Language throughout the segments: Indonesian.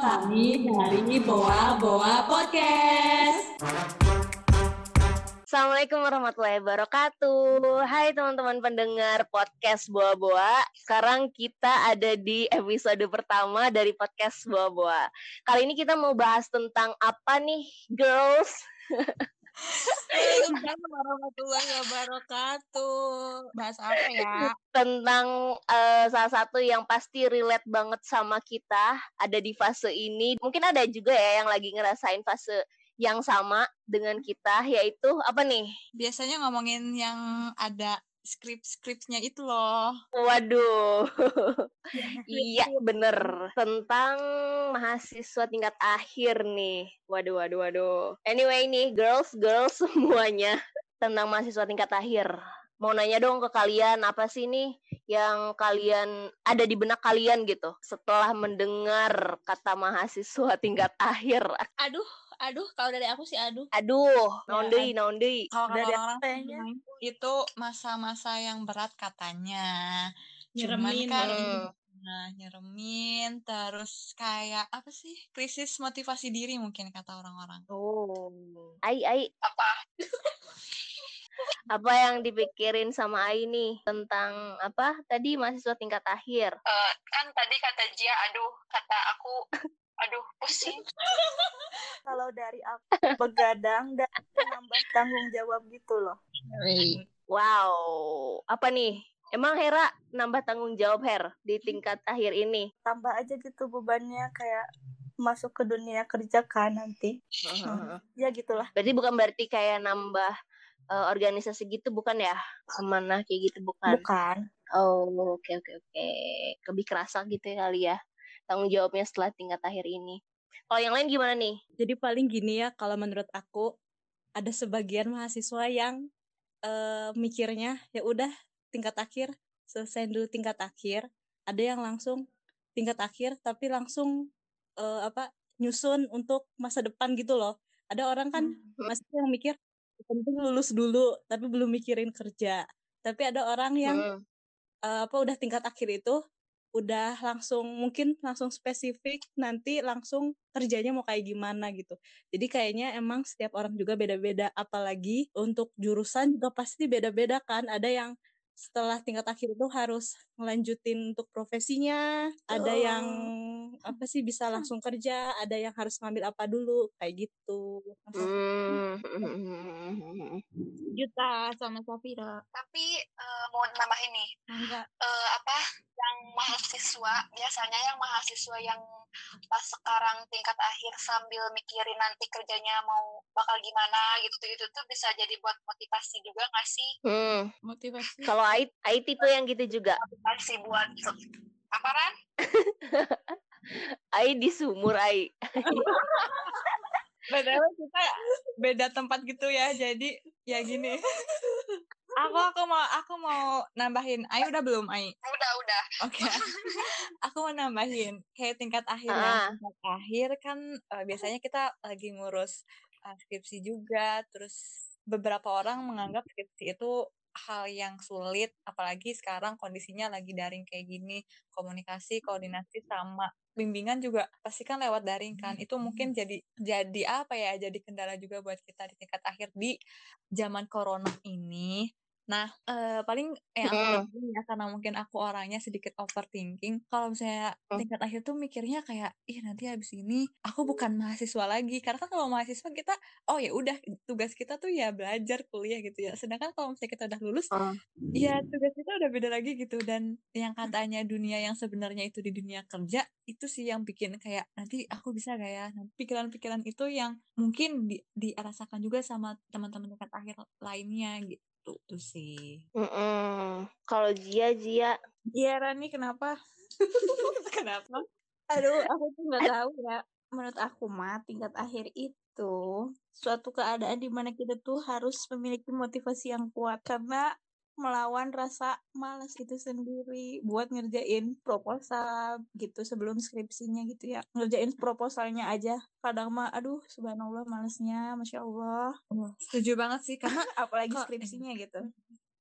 Kami dari Boa Boa Podcast. Assalamualaikum warahmatullahi wabarakatuh. Hai teman-teman pendengar podcast Boa Boa. Sekarang kita ada di episode pertama dari podcast Boa Boa. Kali ini kita mau bahas tentang apa nih, girls? Waalaikumsalam warahmatullahi wabarakatuh. Bahas apa ya? Tentang salah satu yang pasti relate banget sama kita, ada di fase ini. Mungkin ada juga ya yang lagi ngerasain fase yang sama dengan kita, yaitu apa nih? Biasanya ngomongin yang ada skrip-skripnya itu loh. Waduh. Iya, bener. Tentang mahasiswa tingkat akhir nih. Waduh. Anyway nih, girls semuanya. Tentang mahasiswa tingkat akhir. Mau nanya dong ke kalian, apa sih nih yang kalian ada di benak kalian gitu setelah mendengar kata mahasiswa tingkat akhir? Aduh, kalau dari aku sih aduh. Naon deui. Kalau Dari orang kayaknya itu masa-masa yang berat katanya. Nyeremin. Cuman kan nyeremin, terus kayak apa sih? Krisis motivasi diri mungkin kata orang-orang. Oh. Ai. Apa? Apa yang dipikirin sama Ai nih tentang apa tadi mahasiswa tingkat akhir? Kan tadi kata Jia aduh, kata aku aduh pusing. Kalau dari aku begadang dan menambah tanggung jawab gitu loh. Wow, apa nih? Emang Hera nambah tanggung jawab di tingkat akhir ini? Tambah aja gitu bebannya kayak masuk ke dunia kerja kan nanti. Ya gitulah. Berarti kayak nambah organisasi gitu bukan ya? Amanah kayak gitu bukan? Bukan. Oh, oke. Lebih kerasa gitu ya kali ya tanggung jawabnya setelah tingkat akhir ini. Kalau yang lain gimana nih? Jadi paling gini ya, kalau menurut aku ada sebagian mahasiswa yang mikirnya ya udah tingkat akhir, selesai dulu tingkat akhir. Ada yang langsung tingkat akhir tapi langsung nyusun untuk masa depan gitu loh. Ada orang kan masih yang mikir penting lulus dulu tapi belum mikirin kerja. Tapi ada orang yang udah tingkat akhir itu udah mungkin langsung spesifik nanti langsung kerjanya mau kayak gimana gitu. Jadi kayaknya emang setiap orang juga beda-beda, apalagi untuk jurusan juga pasti beda-beda kan. Ada yang setelah tingkat akhir itu harus ngelanjutin untuk profesinya, ada yang bisa langsung kerja, ada yang harus ngambil apa dulu kayak gitu. Juta sama Safira. Tapi mau nambahin nih. Enggak. Yang mahasiswa yang pas sekarang tingkat akhir sambil mikirin nanti kerjanya mau bakal gimana gitu tuh bisa jadi buat motivasi juga nggak sih? Motivasi. Kalau IT tuh yang gitu juga. Motivasi buat apa Ran? Ai di sumur Ai. BTW kita beda tempat gitu ya, jadi ya gini. Aku mau nambahin. Ai udah belum Ai? Udah. Oke. Aku mau nambahin kayak tingkat akhir tingkat akhir kan biasanya kita lagi ngurus skripsi juga, terus beberapa orang menganggap skripsi itu hal yang sulit, apalagi sekarang kondisinya lagi daring kayak gini, komunikasi, koordinasi sama bimbingan juga pasti kan lewat daring kan. Itu mungkin jadi kendala juga buat kita di tingkat akhir di zaman corona ini. Nah, paling yang aku lakuin ya, karena mungkin aku orangnya sedikit overthinking. Kalau misalnya tingkat akhir tuh mikirnya kayak, nanti habis ini aku bukan mahasiswa lagi. Karena kan kalau mahasiswa kita, ya udah tugas kita tuh ya belajar kuliah gitu ya. Sedangkan kalau misalnya kita udah lulus, ya tugas kita udah beda lagi gitu. Dan yang katanya dunia yang sebenarnya itu di dunia kerja, itu sih yang bikin kayak nanti aku bisa gak ya? Nah, pikiran-pikiran itu yang mungkin dirasakan juga sama teman-teman tingkat akhir lainnya gitu. Tuh sih. Kalau Jia Iya Rani kenapa? Kenapa? Aduh, aku tuh nggak tahu ya. Menurut aku mah tingkat akhir itu suatu keadaan di mana kita tuh harus memiliki motivasi yang kuat karena melawan rasa malas itu sendiri buat ngerjain proposal gitu sebelum skripsinya gitu ya. Ngerjain proposalnya aja kadang mah aduh subhanallah malesnya, masya Allah. Setuju banget sih karena apalagi skripsinya gitu.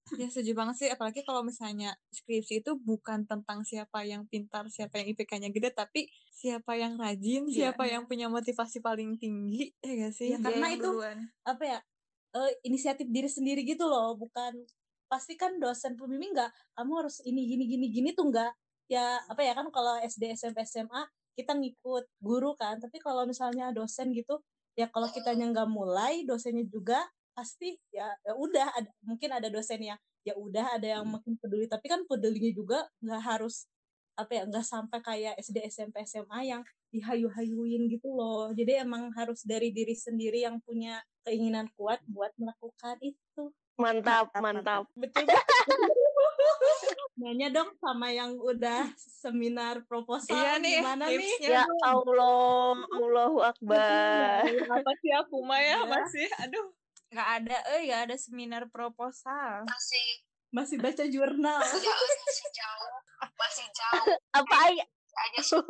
Ya setuju banget sih, apalagi kalau misalnya skripsi itu bukan tentang siapa yang pintar, siapa yang IPK-nya gede, tapi siapa yang rajin, siapa yang punya motivasi paling tinggi, ya gak sih? Ya, karena yang itu duluan. apa ya, inisiatif diri sendiri gitu loh, bukan pasti kan dosen pembimbing nggak kamu harus ini gini tuh nggak. Ya apa ya, kan kalau SD SMP SMA kita ngikut guru kan, tapi kalau misalnya dosen gitu ya, kalau kitanya nggak mulai, dosennya juga pasti ya udah mungkin ada dosen yang ya udah, ada yang makin peduli, tapi kan pedulinya juga nggak harus apa ya, nggak sampai kayak SD SMP SMA yang dihayu-hayuin gitu loh. Jadi emang harus dari diri sendiri yang punya keinginan kuat buat melakukan itu. Mantap. Betul. Nanya dong sama yang udah seminar proposal, Iya nih, gimana nih? tipsnya Ya dong. Allah, Allahu Akbar. Apa sih aku mah ya, Iya. masih, aduh. Nggak ada seminar proposal. Masih Masih baca jurnal. masih jauh Apa aja? aja sih.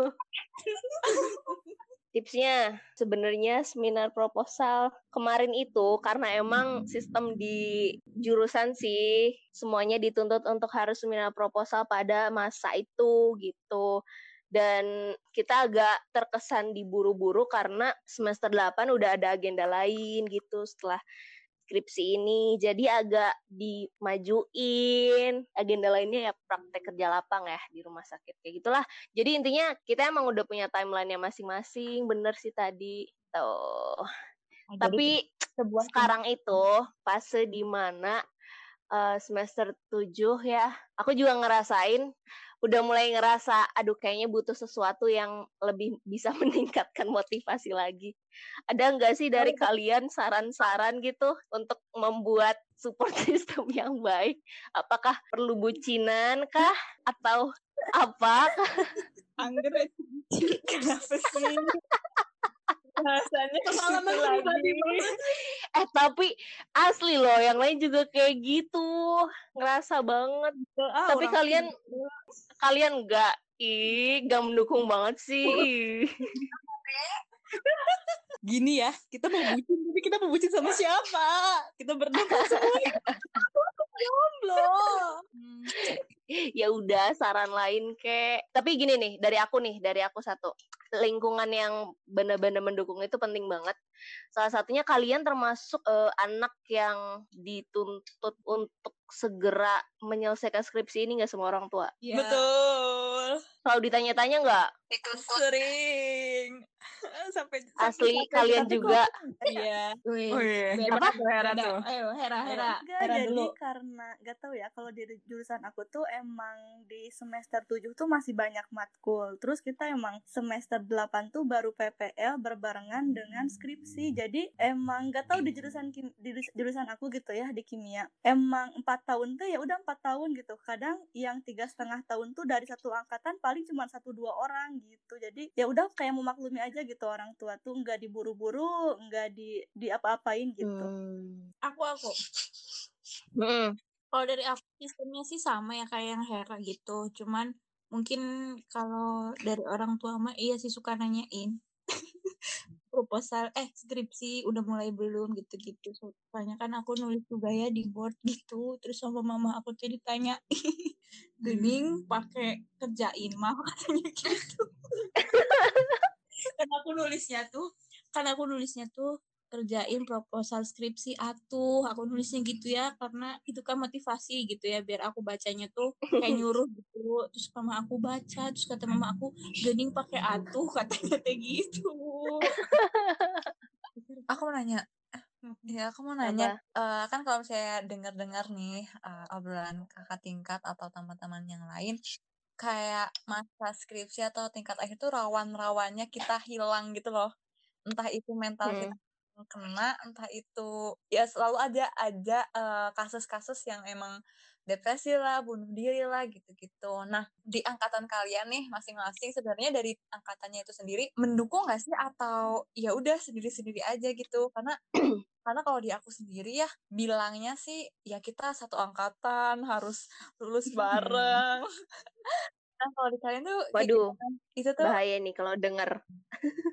Tipsnya sebenarnya seminar proposal kemarin itu karena emang sistem di jurusan sih semuanya dituntut untuk harus seminar proposal pada masa itu gitu. Dan kita agak terkesan diburu-buru karena semester 8 udah ada agenda lain gitu setelah skripsi ini. Jadi agak dimajuin. Agenda lainnya ya praktek kerja lapang ya di rumah sakit. Kayak gitulah. Jadi intinya kita emang udah punya timeline-nya masing-masing. Bener sih tadi. Tuh. Tapi sekarang itu fase di mana semester 7 ya. Aku juga ngerasain, udah mulai ngerasa, aduh kayaknya butuh sesuatu yang lebih bisa meningkatkan motivasi lagi. Ada nggak sih dari kalian saran-saran gitu untuk membuat support system yang baik? Apakah perlu bucinan kah? Atau apa? Anggrek. Kenapa sih? Rasanya Pengalaman pribadi banget. Tapi asli loh, yang lain juga kayak gitu. Ngerasa banget. Tapi kalian nggak? Nggak mendukung banget sih. Gini ya, kita mau bucin, tapi kita mau bucin sama siapa? Kita berdua semua jomblo. Ya udah, saran lain kek. Tapi gini nih, dari aku satu. Lingkungan yang benar-benar mendukung itu penting banget. Salah satunya kalian termasuk anak yang dituntut untuk segera menyelesaikan skripsi ini, nggak semua orang tua? Ya. Betul. Selalu ditanya-tanya nggak? Dituntut. Sering. Sampai Asli kalian juga. Iya. Apa? Hera tuh. Ayo, Hera. Enggak, Hera jadi dulu. karena gak tahu ya, kalau di jurusan aku tuh emang di semester 7 tuh masih banyak matkul. Terus kita emang semester 8 tuh baru PPL berbarengan dengan skripsi. Jadi emang gak tahu di jurusan aku gitu ya, di kimia. Emang 4 tahun tuh ya udah 4 tahun gitu. Kadang yang 3,5 tahun tuh dari satu angkatan paling cuma 1-2 orang gitu. Jadi ya udah kayak memaklumi aja gitu, orang tua tuh nggak diburu-buru, nggak di apa-apain gitu. Aku. Kalau dari aku sistemnya sih sama ya kayak yang Hera gitu. Cuman mungkin kalau dari orang tua mah iya sih suka nanyain proposal skripsi udah mulai belum gitu-gitu. Soalnya kan aku nulis juga ya di board gitu. Terus sama mama aku tuh ditanya, "Gening pakai kerjain mah," katanya gitu. Kan aku nulisnya tuh kerjain proposal skripsi aku nulisnya gitu ya, karena itu kan motivasi gitu ya, biar aku bacanya tuh kayak nyuruh gitu. Terus mama aku baca, terus kata mama aku, "Gening pakai atuh," katanya kayak gitu. Aku mau nanya. Kan kalau saya dengar-dengar nih obrolan kakak tingkat atau teman-teman yang lain, kayak masa skripsi atau tingkat akhir tuh rawan-rawannya kita hilang gitu loh. Entah itu mental kita kena, entah itu ya selalu ada aja kasus-kasus yang emang depresi lah, bunuh diri lah gitu-gitu. Nah, di angkatan kalian nih masing-masing sebenarnya dari angkatannya itu sendiri mendukung nggak sih atau ya udah sendiri-sendiri aja gitu? Karena kalau di aku sendiri ya bilangnya sih ya kita satu angkatan harus lulus bareng. Nah, kalau di kalian tuh kayak Waduh, gimana? Itu tuh bahaya nih kalau denger.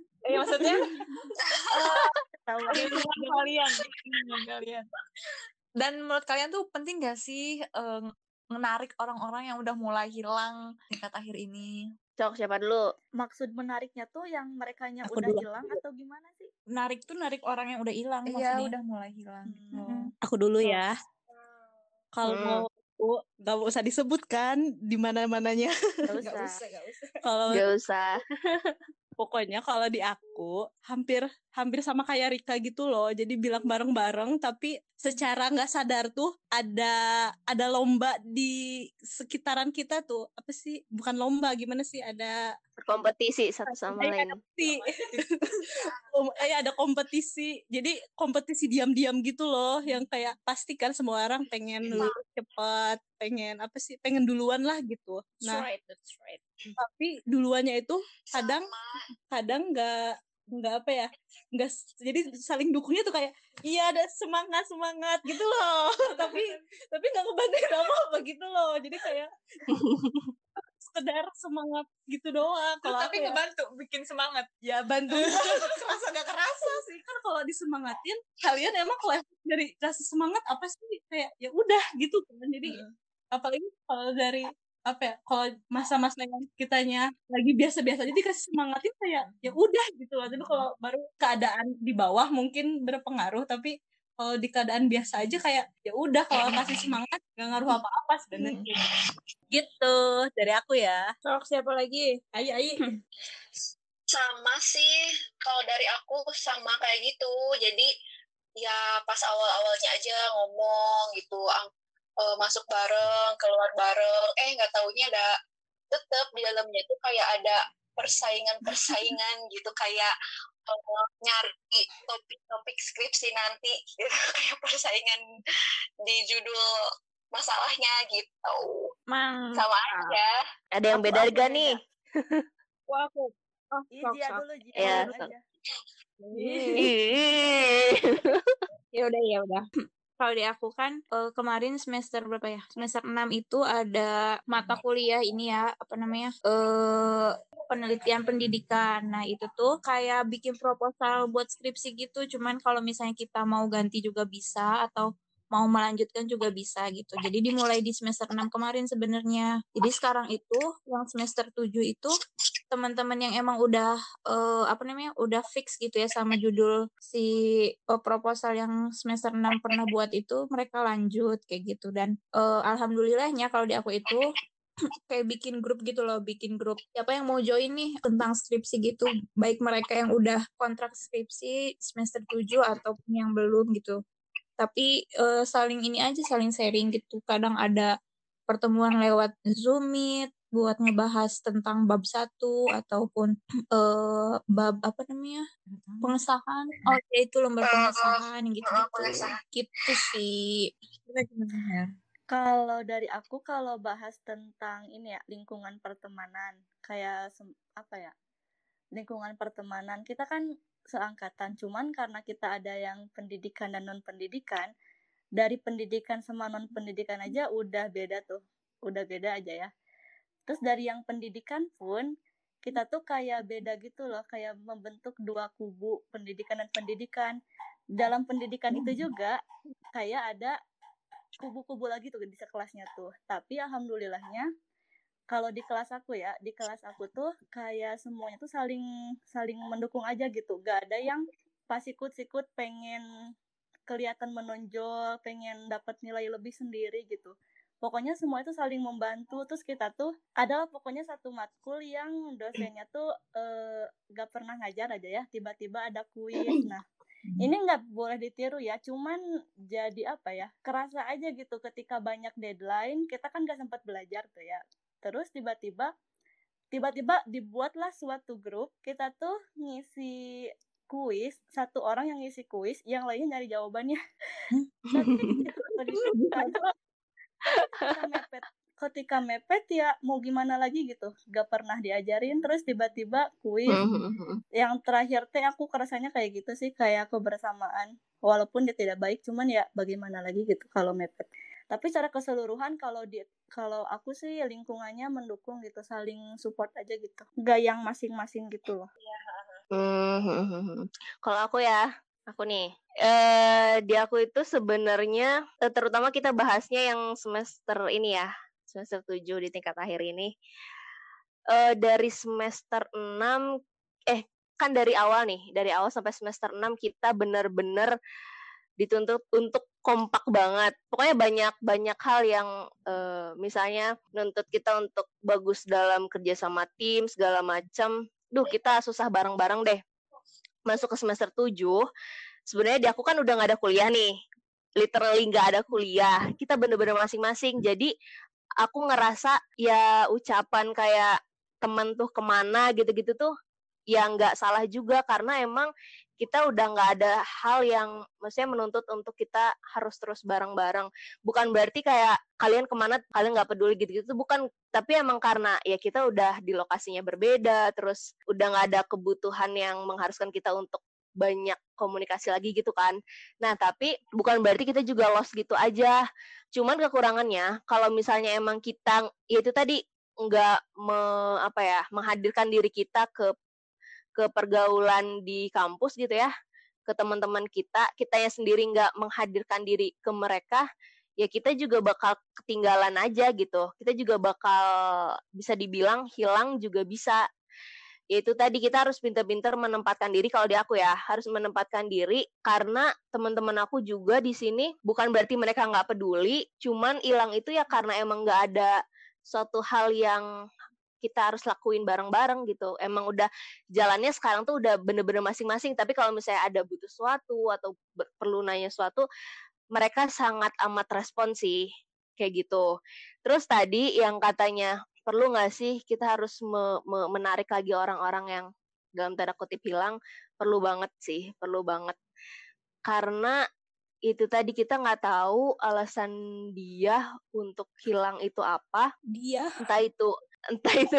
maksudnya Tahu lingkungan kalian. Dan menurut kalian tuh penting gak sih menarik orang-orang yang udah mulai hilang tingkat akhir ini? Cok, siapa dulu? Maksud menariknya tuh yang merekanya Aku udah dulu. hilang atau gimana sih? Narik tuh narik orang yang udah hilang Iya, maksudnya. udah mulai hilang gitu. Aku dulu ya. Kalau Hmm. mau aku nggak usah disebutkan di mana-mananya. Gak Gak usah. usah, gak usah. Kalau Gak usah. pokoknya kalau di aku hampir sama kayak Rika gitu loh. Jadi bilang bareng-bareng tapi secara nggak sadar tuh ada lomba di sekitaran kita tuh. Apa sih? Bukan lomba, gimana sih? Ada Berkompetisi satu sama lain. ada kompetisi. Jadi kompetisi diam-diam gitu loh, yang kayak pasti kan semua orang pengen lulus cepat, pengen apa sih? Pengen duluan lah gitu. Nah, That's right. tapi duluannya itu kadang Sama. nggak apa ya, nggak, jadi saling dukungnya tuh kayak iya ada semangat gitu loh. tapi nggak ngebantuin apa gitu loh, jadi kayak sekedar semangat gitu doang. Kalau Tapi aku ya, ngebantu bikin semangat. ya bantu kerasa gak kerasa sih kan. Kalau disemangatin, kalian emang level dari kasih semangat apa sih, kayak ya udah gitu kan. Jadi apalagi kalau dari apa ya, kalau masa-masa yang kitanya lagi biasa-biasa aja dikasih semangatin kayak ya udah gitu loh. Tapi kalau baru keadaan di bawah mungkin berpengaruh, tapi kalau di keadaan biasa aja kayak ya udah, kalau kasih semangat gak ngaruh apa-apa sebenarnya. Gitu dari aku ya. Sok, siapa lagi? Ai. Sama sih, kalau dari aku sama kayak gitu. Jadi ya pas awal-awalnya aja ngomong gitu, masuk bareng, keluar bareng. Nggak taunya tetap di dalamnya itu kayak ada persaingan gitu, kayak nyari topik-topik skripsi nanti gitu. Kayak persaingan di judul masalahnya gitu. Sama aja. Ada yang beda gak nih? Aku. Ijia dulu, Ji. Ya. Aja. Ya udah. Kalau di aku kan kemarin semester berapa ya? Semester 6 itu ada mata kuliah ini ya, apa namanya? Penelitian pendidikan. Nah, itu tuh kayak bikin proposal buat skripsi gitu. Cuman kalau misalnya kita mau ganti juga bisa, atau mau melanjutkan juga bisa gitu. Jadi dimulai di semester 6 kemarin sebenarnya. Jadi sekarang itu yang semester 7 itu teman-teman yang emang udah udah fix gitu ya sama judul si proposal yang semester 6 pernah buat itu, mereka lanjut kayak gitu. Dan alhamdulillahnya kalau di aku itu kayak bikin grup gitu loh, bikin grup siapa yang mau join nih tentang skripsi gitu, baik mereka yang udah kontrak skripsi semester 7 ataupun yang belum gitu. Tapi saling ini aja, saling sharing gitu. Kadang ada pertemuan lewat Zoom Meet buat ngebahas tentang bab 1 ataupun bab apa namanya? Pengesahan. Oh, ya itu lembar pengesahan gitu. Gitu sih. Kalau dari aku, kalau bahas tentang ini ya, lingkungan pertemanan, kayak apa ya, lingkungan pertemanan kita kan seangkatan, cuman karena kita ada yang pendidikan dan non pendidikan, dari pendidikan sama non pendidikan aja udah beda aja ya. Terus dari yang pendidikan pun kita tuh kayak beda gitu loh, kayak membentuk dua kubu, pendidikan dan pendidikan. Dalam pendidikan itu juga kayak ada kubu-kubu lagi tuh di sekelasnya tuh. Tapi alhamdulillahnya kalau di kelas aku tuh kayak semuanya tuh saling mendukung aja gitu. Gak ada yang pas sikut-sikut pengen kelihatan menonjol, pengen dapat nilai lebih sendiri gitu. Pokoknya semua itu saling membantu. Terus kita tuh adalah pokoknya satu matkul yang dosennya tuh gak pernah ngajar aja ya, tiba-tiba ada kuis. Nah, ini nggak boleh ditiru ya, cuman jadi apa ya, kerasa aja gitu ketika banyak deadline, kita kan nggak sempat belajar tuh ya. Terus tiba-tiba dibuatlah suatu grup, kita tuh ngisi kuis, satu orang yang ngisi kuis, yang lainnya nyari jawabannya. Tapi ketika mepet ya mau gimana lagi gitu, gak pernah diajarin, terus tiba-tiba kuis. Yang terakhir teh aku kerasanya kayak gitu sih, kayak kebersamaan, walaupun dia tidak baik, cuman ya bagaimana lagi gitu kalau mepet. Tapi secara keseluruhan kalau aku sih lingkungannya mendukung gitu, saling support aja gitu, gak yang masing-masing gitu loh. Kalau aku ya, Aku nih, di aku itu sebenarnya terutama kita bahasnya yang semester ini ya, semester 7 di tingkat akhir ini. Dari semester 6 kan dari awal nih, dari awal sampai semester 6 kita bener-bener dituntut untuk kompak banget. Pokoknya banyak banyak hal yang, misalnya nuntut kita untuk bagus dalam kerja sama tim segala macam. Duh, kita susah bareng-bareng deh. Masuk ke semester 7, sebenarnya di aku kan udah nggak ada kuliah nih, literally nggak ada kuliah. Kita bener-bener masing-masing. Jadi aku ngerasa ya ucapan kayak temen tuh kemana gitu-gitu tuh ya nggak salah juga karena emang kita udah nggak ada hal yang maksudnya menuntut untuk kita harus terus bareng-bareng. Bukan berarti kayak kalian kemana kalian nggak peduli gitu-gitu bukan, tapi emang karena ya kita udah di lokasinya berbeda, terus udah nggak ada kebutuhan yang mengharuskan kita untuk banyak komunikasi lagi gitu kan. Nah tapi bukan berarti kita juga lost gitu aja. Cuman kekurangannya kalau misalnya emang kita ya itu tadi nggak menghadirkan diri kita ke pergaulan di kampus gitu ya, ke teman-teman kita, kitanya sendiri nggak menghadirkan diri ke mereka, ya kita juga bakal ketinggalan aja gitu. Kita juga bakal bisa dibilang hilang juga bisa. Ya itu tadi kita harus pintar-pintar menempatkan diri kalau di aku ya, harus menempatkan diri karena teman-teman aku juga di sini bukan berarti mereka nggak peduli, cuman hilang itu ya karena emang nggak ada suatu hal yang kita harus lakuin bareng-bareng gitu. Emang udah jalannya sekarang tuh udah bener-bener masing-masing, tapi kalau misalnya ada butuh suatu atau perlu nanya suatu, mereka sangat amat respon sih, kayak gitu. Terus tadi yang katanya, perlu nggak sih kita harus menarik lagi orang-orang yang dalam tanda kutip hilang, perlu banget sih, perlu banget. Karena itu tadi kita nggak tahu alasan dia untuk hilang itu apa, Dia entah itu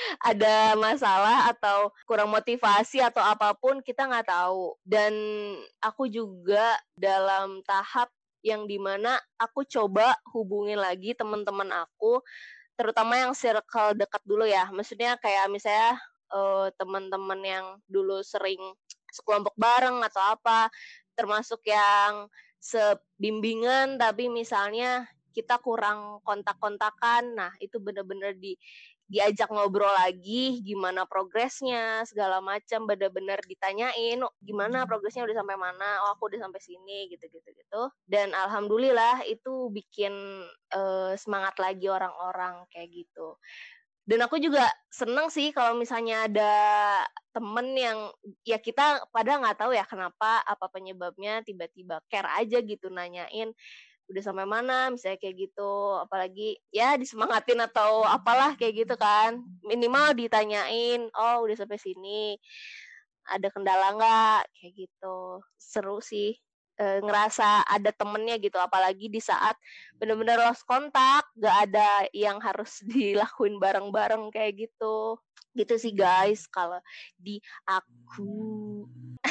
ada masalah atau kurang motivasi atau apapun kita nggak tahu. Dan aku juga dalam tahap yang dimana aku coba hubungin lagi teman-teman aku, terutama yang circle dekat dulu ya. Maksudnya kayak misalnya teman-teman yang dulu sering sekelompok bareng atau apa, termasuk yang sebimbingan tapi misalnya kita kurang kontak-kontakan. Nah, itu bener-bener diajak ngobrol lagi gimana progresnya segala macam, bener-bener ditanyain gimana progresnya udah sampai mana, oh aku udah sampai sini gitu. Dan alhamdulillah itu bikin semangat lagi orang-orang kayak gitu. Dan aku juga seneng sih kalau misalnya ada temen yang ya kita pada nggak tahu ya kenapa, apa penyebabnya tiba-tiba care aja gitu nanyain udah sampai mana misalnya kayak gitu, apalagi ya disemangatin atau apalah kayak gitu kan, minimal ditanyain oh udah sampai sini ada kendala nggak kayak gitu. Seru sih, ngerasa ada temennya gitu apalagi di saat bener-bener lost kontak nggak ada yang harus dilakuin bareng-bareng kayak gitu sih guys kalau di aku.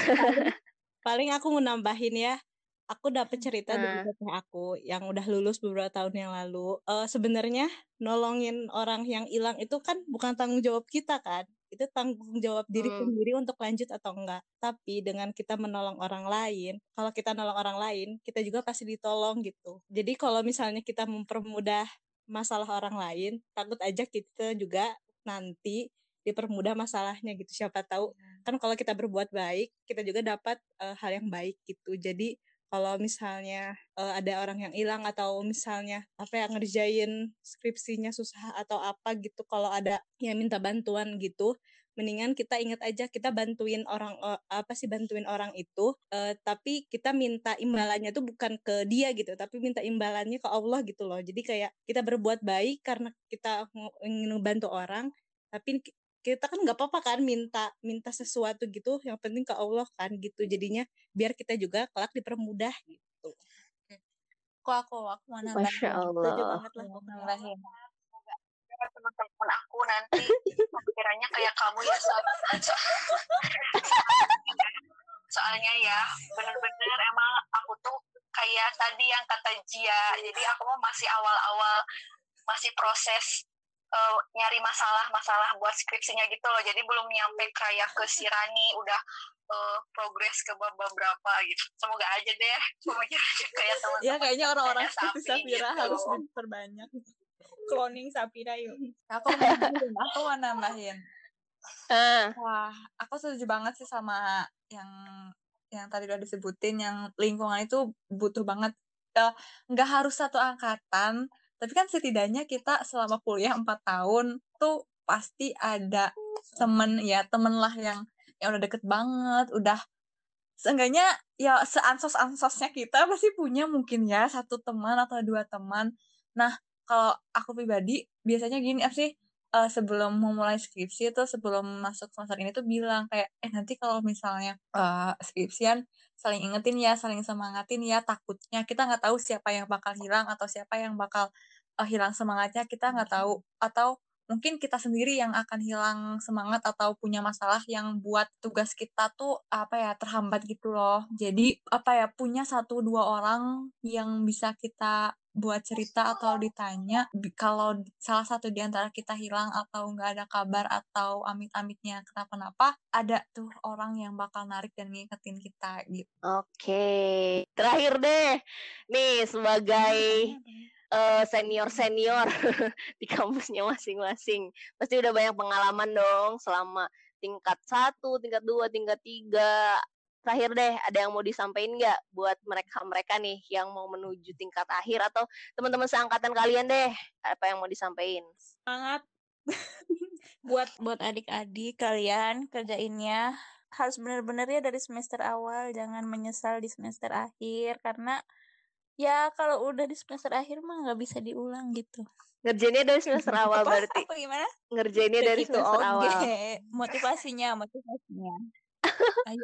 paling aku mau nambahin ya. Aku dapet cerita dari Nah, teteh aku yang udah lulus beberapa tahun yang lalu. Sebenarnya nolongin orang yang hilang itu kan bukan tanggung jawab kita kan. Itu tanggung jawab diri mhm. sendiri untuk lanjut atau enggak. Tapi dengan kita menolong orang lain, kalau kita nolong orang lain, kita juga pasti ditolong gitu. Jadi kalau misalnya kita mempermudah masalah orang lain, takut aja kita juga nanti dipermudah masalahnya gitu. Siapa tahu kan kalau kita berbuat baik, kita juga dapat hal yang baik gitu. Jadi kalau misalnya ada orang yang hilang atau misalnya ngerjain skripsinya susah atau apa gitu, kalau ada yang minta bantuan gitu, mendingan kita ingat aja kita bantuin bantuin orang itu, tapi kita minta imbalannya tuh bukan ke dia gitu, tapi minta imbalannya ke Allah gitu loh. Jadi kayak kita berbuat baik karena kita ingin membantu orang, tapi kita kan nggak apa-apa kan minta sesuatu gitu, yang penting ke Allah kan gitu. Jadinya biar kita juga kelak dipermudah gitu. Aku mau Masya nambahin. Setuju Allah. banget lah Mau pokoknya. nambahin. Semoga teman-teman aku nanti pemikirannya kayak kamu ya soalnya ya bener-bener emang aku tuh kayak tadi yang kata Jia, jadi aku masih awal-awal masih proses nyari masalah buat skripsinya gitu loh. Jadi belum nyampe kayak ke si Rani udah progres ke bab berapa gitu. Semoga aja deh pemikirannya kayak teman-teman. Ya kayaknya orang-orang Kayak seperti Sapi Safira gitu. harus diperbanyak. Cloning Sapira yuk. Aku mau nambahin. Wah, aku setuju banget sih sama yang tadi udah disebutin, yang lingkungan itu butuh banget. Nggak harus satu angkatan, tapi kan setidaknya kita selama kuliah 4 tahun tuh pasti ada temen lah yang udah deket banget, udah seenggaknya ya seansos-ansosnya kita pasti punya mungkin ya 1 teman atau 2 teman. Nah, kalau aku pribadi biasanya gini sih, sebelum memulai skripsi itu, sebelum masuk semester ini tuh bilang kayak, nanti kalau misalnya skripsian saling ingetin ya, saling semangatin ya, takutnya kita nggak tahu siapa yang bakal hilang atau siapa yang bakal hilang semangatnya, kita nggak tahu, atau mungkin kita sendiri yang akan hilang semangat atau punya masalah yang buat tugas kita tuh terhambat gitu loh. Jadi punya 1-2 orang yang bisa kita buat cerita atau ditanya kalau salah satu di antara kita hilang atau nggak ada kabar atau amit-amitnya kenapa-napa, ada tuh orang yang bakal narik dan ngingetin kita gitu. Oke. Terakhir deh nih sebagai senior di kampusnya masing-masing. Pasti udah banyak pengalaman dong selama tingkat 1, tingkat 2, tingkat 3. Terakhir deh, ada yang mau disampaikan nggak buat mereka nih yang mau menuju tingkat akhir atau teman-teman seangkatan kalian deh? Apa yang mau disampaikan? Semangat. buat adik-adik kalian kerjainnya harus benar-benar ya dari semester awal, jangan menyesal di semester akhir, karena ya kalau udah di semester akhir mah nggak bisa diulang gitu. Ngerjainnya dari semester awal berarti. Apa gimana? Ngerjainnya dari Gitu, semester awal. Motivasinya. Ayo.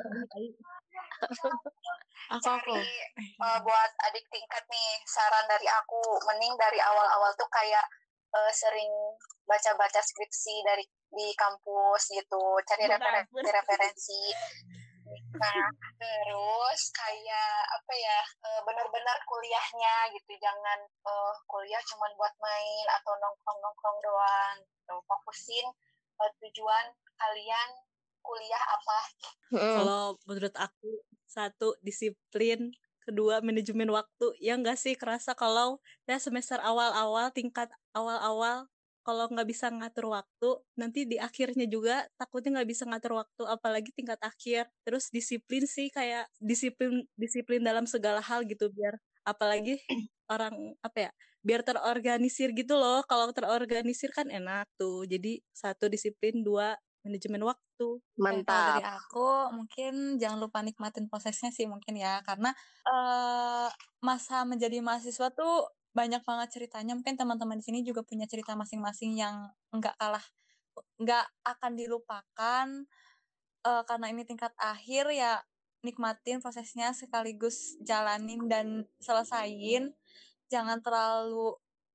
Cari buat adik tingkat nih, saran dari aku, mending dari awal-awal tuh kayak sering baca-baca skripsi di kampus gitu, cari referensi. Nah, terus kayak benar-benar kuliahnya gitu, jangan kuliah cuma buat main atau nongkrong doang. Fokusin tujuan kalian kuliah apa. Kalau menurut aku, 1 disiplin, 2 manajemen waktu. Ya nggak sih, kerasa kalau ya semester awal-awal, tingkat awal-awal, kalau nggak bisa ngatur waktu, nanti di akhirnya juga takutnya nggak bisa ngatur waktu, apalagi tingkat akhir. Terus disiplin sih, kayak disiplin dalam segala hal gitu, biar apalagi orang biar terorganisir gitu loh. Kalau terorganisir kan enak tuh. Jadi 1 disiplin, 2 manajemen waktu. Kalau dari Mantap. aku mungkin jangan lupa nikmatin prosesnya sih mungkin ya, karena masa menjadi mahasiswa tuh banyak banget ceritanya. Mungkin teman-teman di sini juga punya cerita masing-masing yang nggak akan dilupakan, karena ini tingkat akhir ya, nikmatin prosesnya sekaligus jalanin dan selesain. Jangan terlalu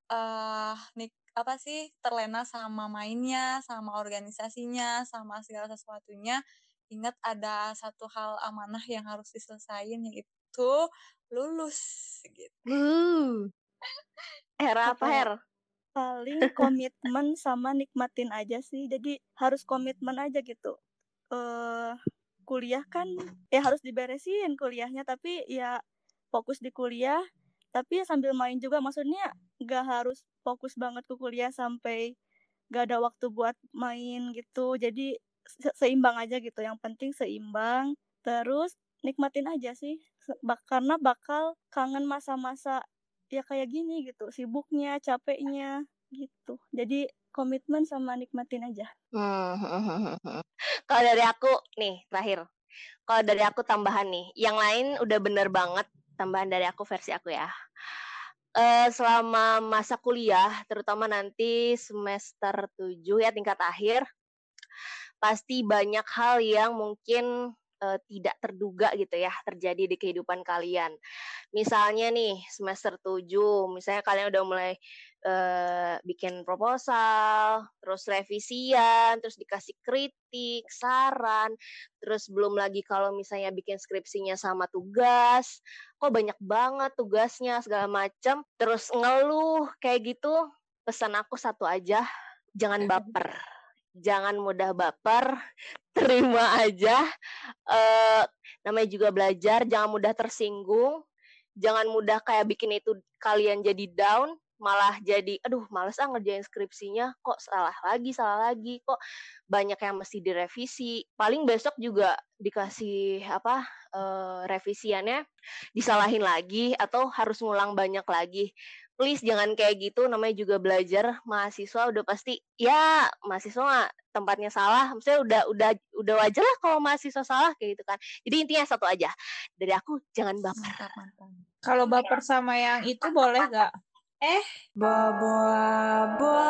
terlena sama mainnya, sama organisasinya, sama segala sesuatunya. Ingat ada 1 hal amanah yang harus diselesain, yaitu lulus gitu. Apa Her? Paling komitmen sama nikmatin aja sih. Jadi harus komitmen aja gitu. Kuliah kan ya harus diberesin kuliahnya, tapi ya fokus di kuliah, tapi sambil main juga. Maksudnya gak harus fokus banget ke kuliah sampai gak ada waktu buat main gitu. Jadi seimbang aja gitu, yang penting seimbang. Terus nikmatin aja sih, karena bakal kangen masa-masa ya kayak gini gitu, sibuknya, capeknya gitu. Jadi komitmen sama nikmatin aja. Kalau dari aku nih terakhir, kalau dari aku tambahan nih, yang lain udah bener banget, tambahan dari aku versi aku ya. Selama masa kuliah, terutama nanti semester 7 ya, tingkat akhir, pasti banyak hal yang mungkin tidak terduga gitu ya terjadi di kehidupan kalian. Misalnya nih semester 7, misalnya kalian udah mulai bikin proposal, terus revisian, terus dikasih kritik, saran, terus belum lagi kalau misalnya bikin skripsinya sama tugas, kok banyak banget tugasnya segala macam, terus ngeluh kayak gitu. Pesan aku 1 aja, jangan baper. Jangan mudah baper, terima aja. Namanya juga belajar, jangan mudah tersinggung, jangan mudah kayak bikin itu kalian jadi down, malah jadi, aduh males ngerjain skripsinya, kok salah lagi, kok banyak yang mesti direvisi. Paling besok juga dikasih revisiannya disalahin lagi atau harus ngulang banyak lagi. Please jangan kayak gitu, namanya juga belajar. Mahasiswa udah pasti ya mahasiswa mah tempatnya salah, maksudnya udah wajar lah kalau mahasiswa salah kayak gitu kan. Jadi intinya satu aja, dari aku jangan baper. Mantap. Kalau baper sama yang itu boleh gak? Bobo